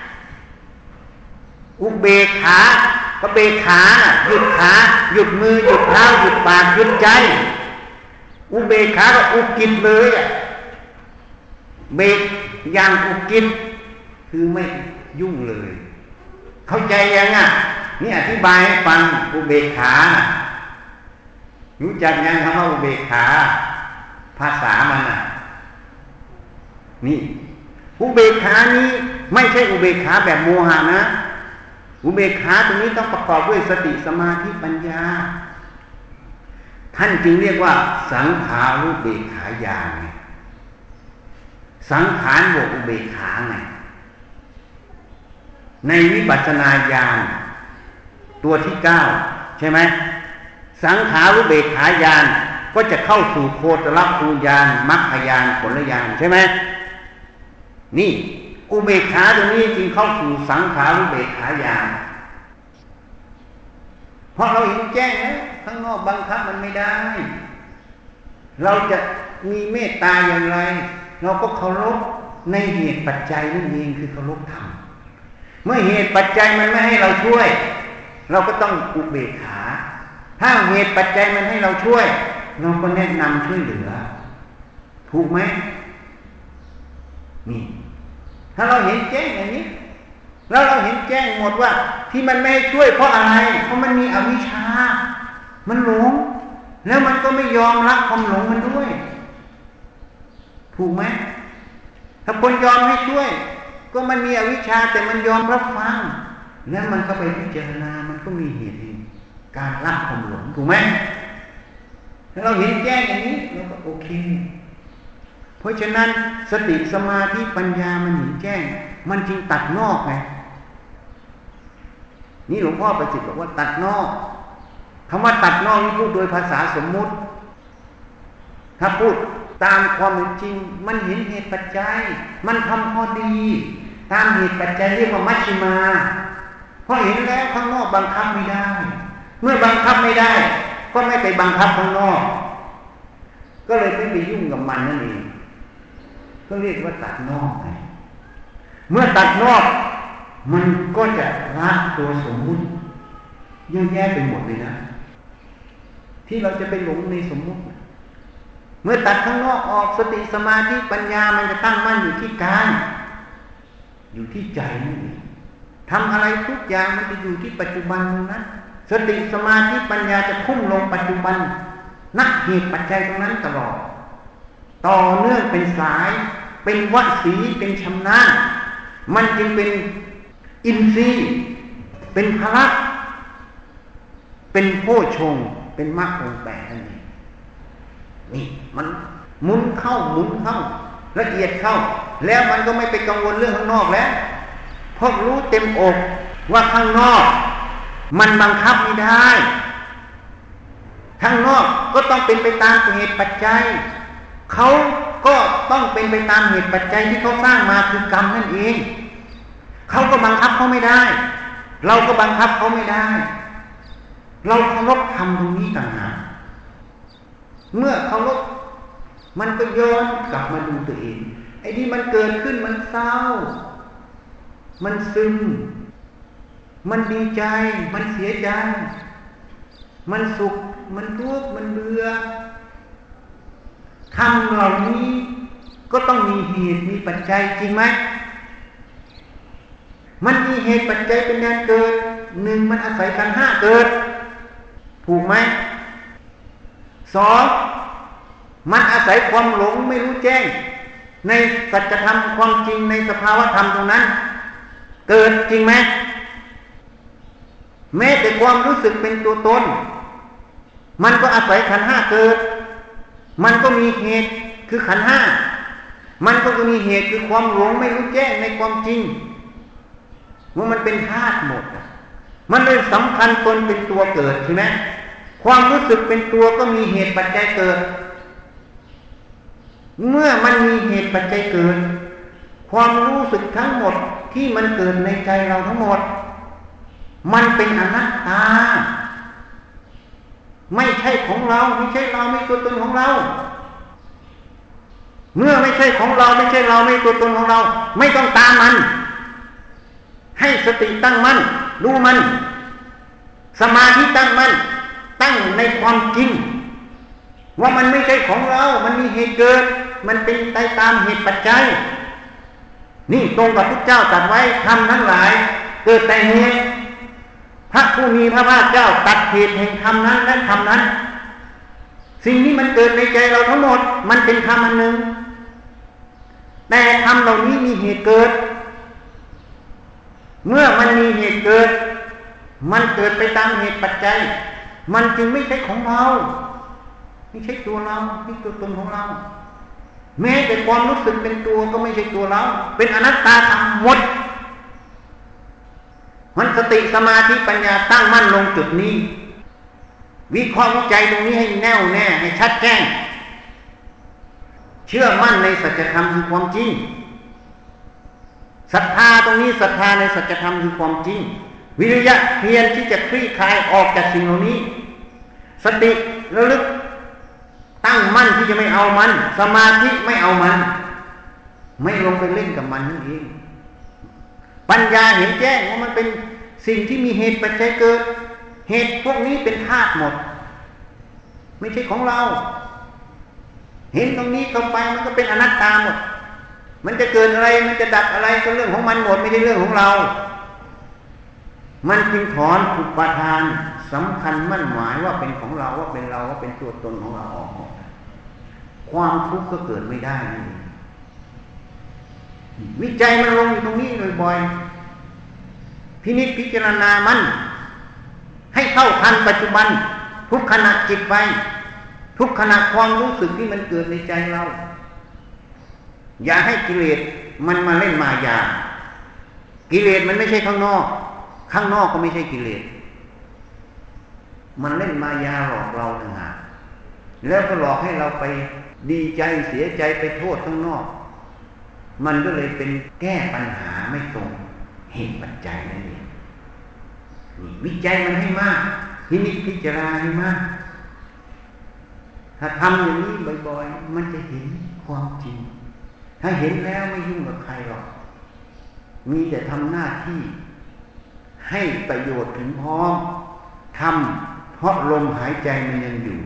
Speaker 1: อุเบกขาก็เบรกขาน่ะหยุดขาหยุดมือหยุดเท้าหยุดปากหยุดใจอุเบกขาก็อุกิจเลยอ่ะเบรกอย่างอุกิจคือไม่ยุ่งเลยเข้าใจยังอ่ะนี่อธิบายให้ฟังอุเบกขารู้จักยังคำว่าอุเบกขาภาษามันอ่ะนี่อุเบกขานี้ไม่ใช่อุเบกขาแบบโมหะนะอุเบกขาตรงนี้ต้องประกอบด้วยสติสมาธิปัญญาท่านจึงเรียกว่าสังขารุเบกขาญาณไงสังขารบวกอุเบกขาไงในวิปัสสนาญาณตัวที่เก้าใช่ไหมสังขารุเบกขาญาณก็จะเข้าสู่โคตรภูญาณมรรคญาณผลญาณใช่ไหมนี่อุเบกขาตรงนี้จึงเข้าสู่สังขารุเบกขาญาณเพราะเราเห็นแจ้งนะข้างนอกบังคับมันไม่ได้เราจะมีเมตตาอย่างไรเราก็เคารพในเหตุปัจจัยนั่นเองคือเคารพธรรมเมื่อเหตุปัจจัยมันไม่ให้เราช่วยเราก็ต้องอุเบกขาถ้าเหตุปัจจัยมันให้เราช่วยเราก็แนะนำช่วยเหลือถูกไหมนี่ถ้าเราเห็นแจ้งอย่างนี้แล้วเราเห็นแจ้งหมดว่าที่มันไม่ช่วยเพราะอะไรเพราะมันมีอวิชชามันหลงแล้วมันก็ไม่ยอมรับความหลงมันด้วยถูกไหมถ้าคนยอมให้ช่วยก็มันมีอวิชชาแต่มันยอมรับฟังแล้วมันก็ไปพิจารณามันก็มีเหตุการละความหลงถูกไหมถ้าเราเห็นแจ้งอย่างนี้เราก็โอเคเพราะฉะนั้นสติสมาธิปัญญามันเห็นแจ้งมันจึงตัดนอกไงนี่หลวงพ่อประสิทธิ์บอกว่าตัดนอกคำว่าตัดนอกนี่พูดโดยภาษาสมมุติถ้าพูดตามความเป็นจริงมันเห็นเหตุปัจจัยมันทำพอดีตามเหตุปัจจัยเรียกว่ามัชฌิมาเพราะเห็นแล้วข้างนอกบังคับไม่ได้เมื่อบังคับไม่ได้ก็ไม่ไปบังคับข้างนอกก็เลยไม่ไปยุ่งกับมันนั่นเองก็เรียกว่าตัดนอกไงเมื่อตัดนอกมันก็จะละตัวสมมุติเยอะแยะไปหมดเลยนะที่เราจะไปหลงในสมมุติเมื่อตัดข้างนอกออกสติสมาธิปัญญามันจะตั้งมั่นอยู่ที่กายอยู่ที่ใจนี่เองทำอะไรทุกอย่างมันจะอยู่ที่ปัจจุบันตรงนั้นสติสมาธิปัญญาจะพุ่งลงปัจจุบันนักเหตุปัจจัยตรงนั้นตลอดต่อเนื่องเป็นสายเป็นวสีเป็นชำนาญมันจึงเป็นอินทรีย์เป็นพละเป็นโพชงค์เป็นมรรคองค์แปดนั่นเองนี่มันหมุนเข้าหมุนเข้าละเอียดเข้าแล้วมันก็ไม่ไปกังวลเรื่องข้างนอกแล้วเพราะรู้เต็มอกว่าข้างนอกมันบังคับไม่ได้ข้างนอกก็ต้องเป็นไปตามเหตุปัจจัยเขาก็ต้องเป็นไปตามเหตุปัจจัยที่เขาสร้างมาคือกรรมนั่นเองเขาก็บังคับเขาไม่ได้เราก็บังคับเขาไม่ได้เราเคารพธรรมตรงนี้ต่างหากเมื่อเคารพมันก็ย้อนกลับมาดูตัวเองไอ้ที่มันเกิดขึ้นมันเศร้ามันซึมมันดีใจมันเสียใจมันสุขมันทุกข์มันเบื่อธรรมเหล่านี้ก็ต้องมีเหตุมีปัจจัยจริงไหมมันมีเหตุปัจจัยเป็นการเกิดหนึ่งมันอาศัยขันธ์ห้าเกิดถูกไหมสองมันอาศัยความหลงไม่รู้แจ้งในสัจธรรมความจริงในสภาวะธรรมตรงนั้นเกิดจริงไหมแม้แต่ความรู้สึกเป็นตัวตนมันก็อาศัยขันธ์ห้าเกิดมันก็มีเหตุคือขันธ์ห้ามันก็มีเหตุคือความหลงไม่รู้แจ้งในความจริงว่ามันเป็นธาตุหมดมันเลยสำคัญตนเป็นตัวเกิดใช่ไหมความรู้สึกเป็นตัวก็มีเหตุปัจจัยเกิดเมื่อมันมีเหตุปัจจัยเกิดความรู้สึกทั้งหมดที่มันเกิดในใจเราทั้งหมดมันเป็นอนัตตาไม่ใช่ของเราไม่ใช่เราไม่ตัวตนของเราเมื่อไม่ใช่ของเราไม่ใช่เราไม่ตัวตนของเราไม่ต้องตามมันให้สติตั้งมั่นดูมันสมาธิตั้งมั่นตั้งในความจริงว่ามันไม่ใช่ของเรามันมีเหตุเกิดมันเป็นไปตามเหตุปัจจัยนี่ตรงกับพระเจ้าตรัสไว้ทำทั้งหลายเกิดแต่เหตุพระผู้มีพระภาคเจ้าตัดเหตุแห่งธรรมนั้นและธรรมนั้นสิ่งนี้มันเกิดในใจเราทั้งหมดมันเป็นธรรมอันหนึ่งแต่ธรรมเหล่านี้มีเหตุเกิดเมื่อมันมีเหตุเกิดมันเกิดไปตามเหตุปัจจัยมันจึงไม่ใช่ของเราไม่ใช่ตัวเราไม่ใช่ตัวตนของเราแม้แต่ความรู้สึกเป็นตัวก็ไม่ใช่ตัวเราเป็นอนัตตาทั้งหมดมันสติสมาธิปัญญาตั้งมั่นลงจุดนี้วิเคราะห์วิจัยตรงนี้ให้แน่วแน่ให้ชัดแจ้งเชื่อมั่นในสัจธรรมคือความจริงศรัทธาตรงนี้ศรัทธาในสัจธรรมคือความจริงวิริยะเพียรที่จะคลี่คลายออกจากสิ่งเหล่านี้สติระลึกตั้งมั่นที่จะไม่เอามันสมาธิไม่เอามันไม่ลงไปเล่นกับมันนั่นเองปัญญาเห็นแจ้งว่ามันเป็นสิ่งที่มีเหตุปัจจัยเกิดเหตุพวกนี้เป็นธาตุหมดไม่ใช่ของเราเห็นตรงนี้เข้าไปมันก็เป็นอนัตตาหมดมันจะเกิดอะไรมันจะดับอะไรก็เรื่องของมันหมดไม่ใช่เรื่องของเรามันจึงถอนอุปทานสำคัญมั่นหมายว่าเป็นของเราว่าเป็นเราว่าเป็นตัวตนของเราออกหมดความทุกข์ก็เกิดไม่ได้นั่นเองวิจัยมันลงอยู่ตรงนี้บ่อยๆพินิจพิจารณามันให้เข้าทันปัจจุบันทุกขณะจิตไปทุกขณะความรู้สึกที่มันเกิดในใจเราอย่าให้กิเลสมันมาเล่นมายากิเลสมันไม่ใช่ข้างนอกข้างนอกก็ไม่ใช่กิเลสมันเล่นมายาหลอกเราต่างหากแล้วก็หลอกให้เราไปดีใจเสียใจไปโทษข้างนอกมันก็เลยเป็นแก้ปัญหาไม่ตรงเหตุปัจจัยนั่นเองวิจัยมันให้มากพินิจพิจารณาให้มากถ้าทำอย่างนี้บ่อยๆมันจะเห็นความจริงถ้าเห็นแล้วไม่ยุ่งกับใครหรอกมีแต่ทำหน้าที่ให้ประโยชน์ถึงพร้อมทำเพราะลมหายใจมันยังอยู่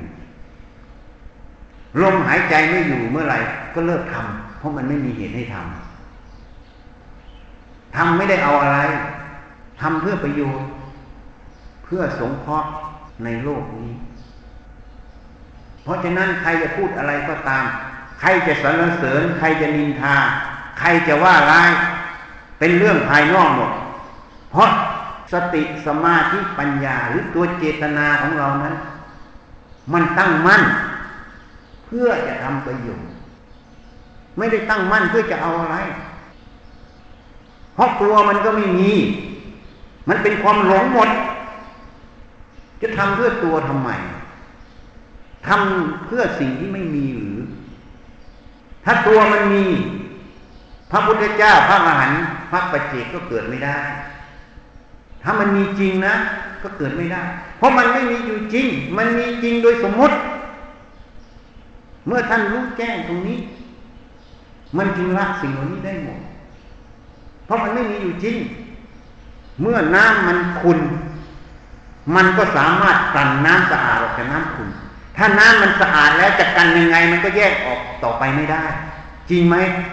Speaker 1: ลมหายใจไม่อยู่เมื่อไหร่ก็เลิกทำเพราะมันไม่มีเหตุให้ทำทำไม่ได้เอาอะไรทำเพื่อประโยชน์เพื่อสงเคราะห์ในโลกนี้เพราะฉะนั้นใครจะพูดอะไรก็ตามใครจะสรรเสริญใครจะนินทาใครจะว่าร้ายเป็นเรื่องภายนอกหมดเพราะสติสมาธิปัญญาหรือตัวเจตนาของเรานั้นมันตั้งมั่นเพื่อจะทำประโยชน์ไม่ได้ตั้งมั่นเพื่อจะเอาอะไรเพราะกลัวมันก็ไม่มีมันเป็นความหลงหมดจะทำเพื่อตัวทำไมทำเพื่อสิ่งที่ไม่มีหรือถ้าตัวมันมีพระพุทธเจ้าพระอรหันต์พระปัจเจกก็เกิดไม่ได้ถ้ามันมีจริงนะก็เกิดไม่ได้เพราะมันไม่มีอยู่จริงมันมีจริงโดยสมมุติเมื่อท่านรู้แจ้งตรงนี้มันจึงละสิ่งเหล่านี้ได้หมดเพราะมันไม่มีอยู่จริงเมื่อน้ำมันขุ่นมันก็สามารถกลั่นน้ำสะอาดออกจากน้ำขุ่นถ้าน้ำมันสะอาดแล้วจะกันยังไงมันก็แยกออกต่อไปไม่ได้จริงไหม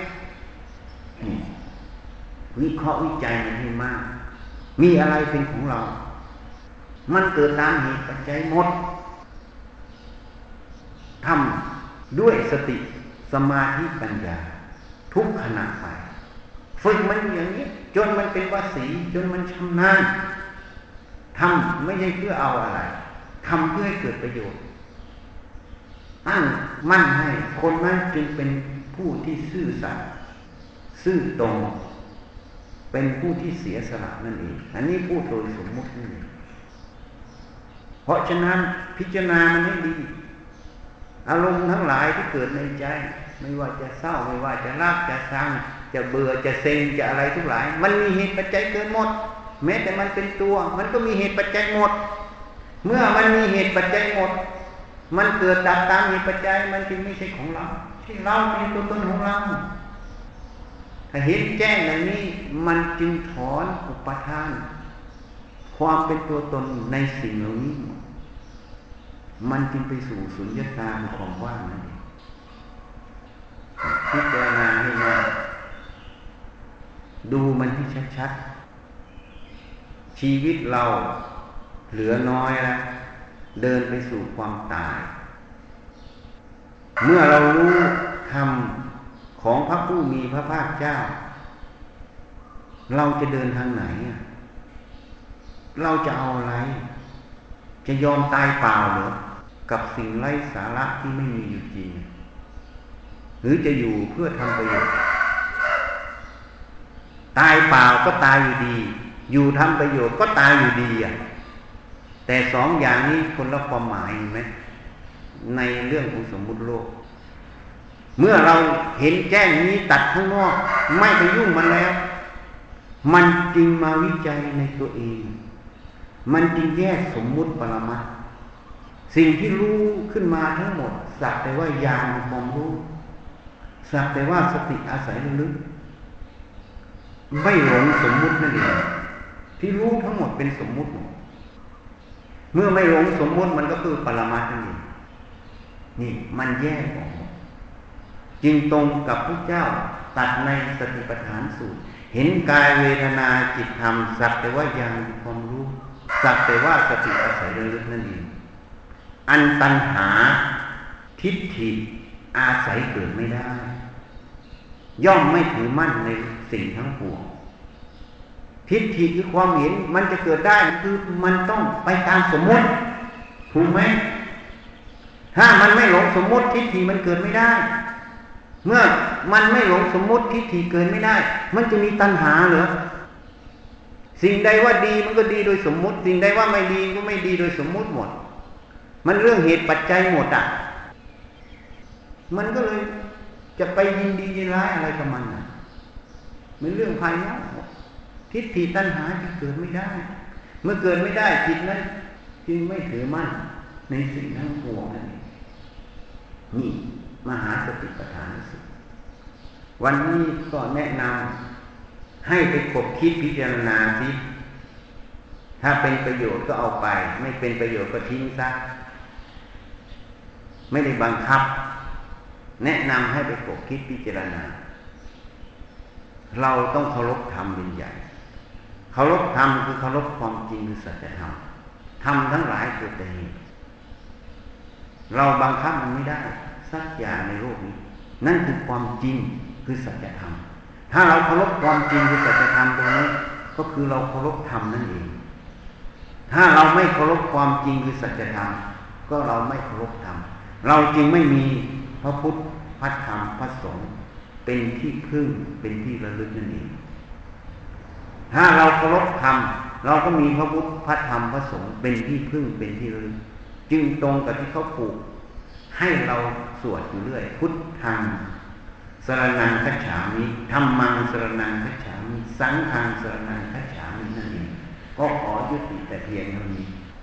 Speaker 1: วิเคราะห์วิจัยมันให้มากมีอะไรเป็นของเรามันเกิดตามเหตุปัจจัยหมดทำด้วยสติสมาธิปัญญาทุกขณะไปฝึกมันอย่างนี้จนมันเป็นวสีจนมันชำนาญทำไม่ใช่เพื่อเอาอะไรทำเพื่อให้เกิดประโยชน์ตั้งมั่นให้คนนั้นจึงเป็นผู้ที่ซื่อสัตย์ซื่อตรงเป็นผู้ที่เสียสละนั่นเองอันนี้พูดโดยสมมุตินั่นเองเพราะฉะนั้นพิจารณามันให้ดีอารมณ์ทั้งหลายที่เกิดในใจไม่ว่าจะเศร้าไม่ว่าจะรักจะชังจะเบื่อจะเซ็งจะอะไรทุกหลายมันมีเหตุปัจจัยเกิดหมดแม้แต่มันเป็นตัวมันก็มีเหตุปัจจัยหมดเมื่อมันมีเหตุปัจจัยหมดมันเกิดดับตามเหตุปัจจัยมันจึงไม่ใช่ของเราที่เราเป็นตัวตนของเราถ้าเห็นแจ้งอย่างนี้มันจึงถอนอุปทานความเป็นตัวตนในสิ่งเหล่านี้มันจึงไปสู่สุญญตาคือความว่างนั่นเองพิจารณาให้มาดูมันให้ชัดๆชีวิตเราเหลือน้อยแล้วเดินไปสู่ความตายเมื่อเรารู้ธรรมของพระผู้มีพระภาคเจ้าเราจะเดินทางไหนเราจะเอาอะไรจะยอมตายเปล่าหรือกับสิ่งไร้สาระที่ไม่มีอยู่จริงหรือจะอยู่เพื่อทำประโยชน์ตายเปล่าก็ตายอยู่ดีอยู่ทำประโยชน์ก็ตายอยู่ดีอ่ะแต่สองอย่างนี้คนละความหมายเห็นไหมในเรื่องของสมมุติโลกเมื่อเราเห็นแจ้งนี้ตัดข้างนอกไม่ไปยุ่งมันแล้วมันจึงมาวิจัยในตัวเองมันจึงแยกสมมุติปรมัตถ์สิ่งที่รู้ขึ้นมาทั้งหมดสักแต่ว่าญาณความรู้สักแต่ว่าสติอาศัยระลึกไม่หลงสมมุตินั่นเองที่รู้ทั้งหมดเป็นสมมุติเมื่อไม่หลงสมมุติมันก็คือปรมัตถ์นั่นเองนี่มันแยกออกจจึงตรงกับพระเจ้าตัดในสติปัฏฐานสูตรเห็นกายเวทนาจิตธรรมสักแต่ว่ายังความรู้สักแต่ว่าสติอาศัยระลึกนั่นเองอันตัณหาทิฏฐิอาศัยเกิดไม่ได้ย่อมไม่ถือมั่นในสิ่งทั้งปวงทิฏฐิคือความเห็นมันจะเกิดได้คือมันต้องไปตามสมมติถูกไหมถ้ามันไม่หลงสมมติทิฏฐิมันเกิดไม่ได้เมื่อมันไม่หลงสมมติทิฏฐิเกิดไม่ได้มันจะมีตัณหาเหรอสิ่งใดว่าดีมันก็ดีโดยสมมุติสิ่งใดว่าไม่ดีก็ไม่ดีโดยสมมุติหมดมันเรื่องเหตุปัจจัยหมดอ่ะมันก็เลยจะไปยินดียินร้ายอะไรกับมันอ่ะมันเรื่องภายนอกทิฏฐิตัณหาที่เกิดไม่ได้เมื่อเกิดไม่ได้จิตนั้นจึงไม่ถือมั่นในสิ่งทั้งปวงนั่นเองนี่มหาสติปัฏฐานสูตรวันนี้ก็แนะนำให้ไปคบคิดพิจารณาสิถ้าเป็นประโยชน์ก็เอาไปไม่เป็นประโยชน์ก็ทิ้งซะไม่ได้บังคับแนะนำให้ไปคบคิดพิจารณาเราต้องเคารพธรรมเป็นใหญ่เคารพธรรมคือเคารพความจริงคือสัจธรรมธรรมทั้งหลายเกิดแต่เหตุเราบังคับมันไม่ได้สักอย่างในโลกนี้นั่นคือความจริงคือสัจธรรมถ้าเราเคารพความจริงคือสัจธรรมตรงนี้ก็คือเราเคารพธรรมนั่นเองถ้าเราไม่เคารพความจริงคือสัจธรรมก็เราไม่เคารพธรรมเราจึงไม่มีพระพุทธพระธรรมพระสงฆ์เป็นที่พึ่งเป็นที่ระลึกนั่นเองถ้าเราเคารพธรรมเราก็มีพระพุทธพระธรรมพระสงฆ์เป็นที่พึ่งเป็นที่ระลึกจึงตรงกับที่เขาปลูกให้เราสวดอยู่เรื่อยพุทธังสรณังคัจฉามิธัมมังสรณังคัจฉามิสังฆังสรณังคัจฉามินั่นเองก็ขอยุติแต่เพียงเท่านี้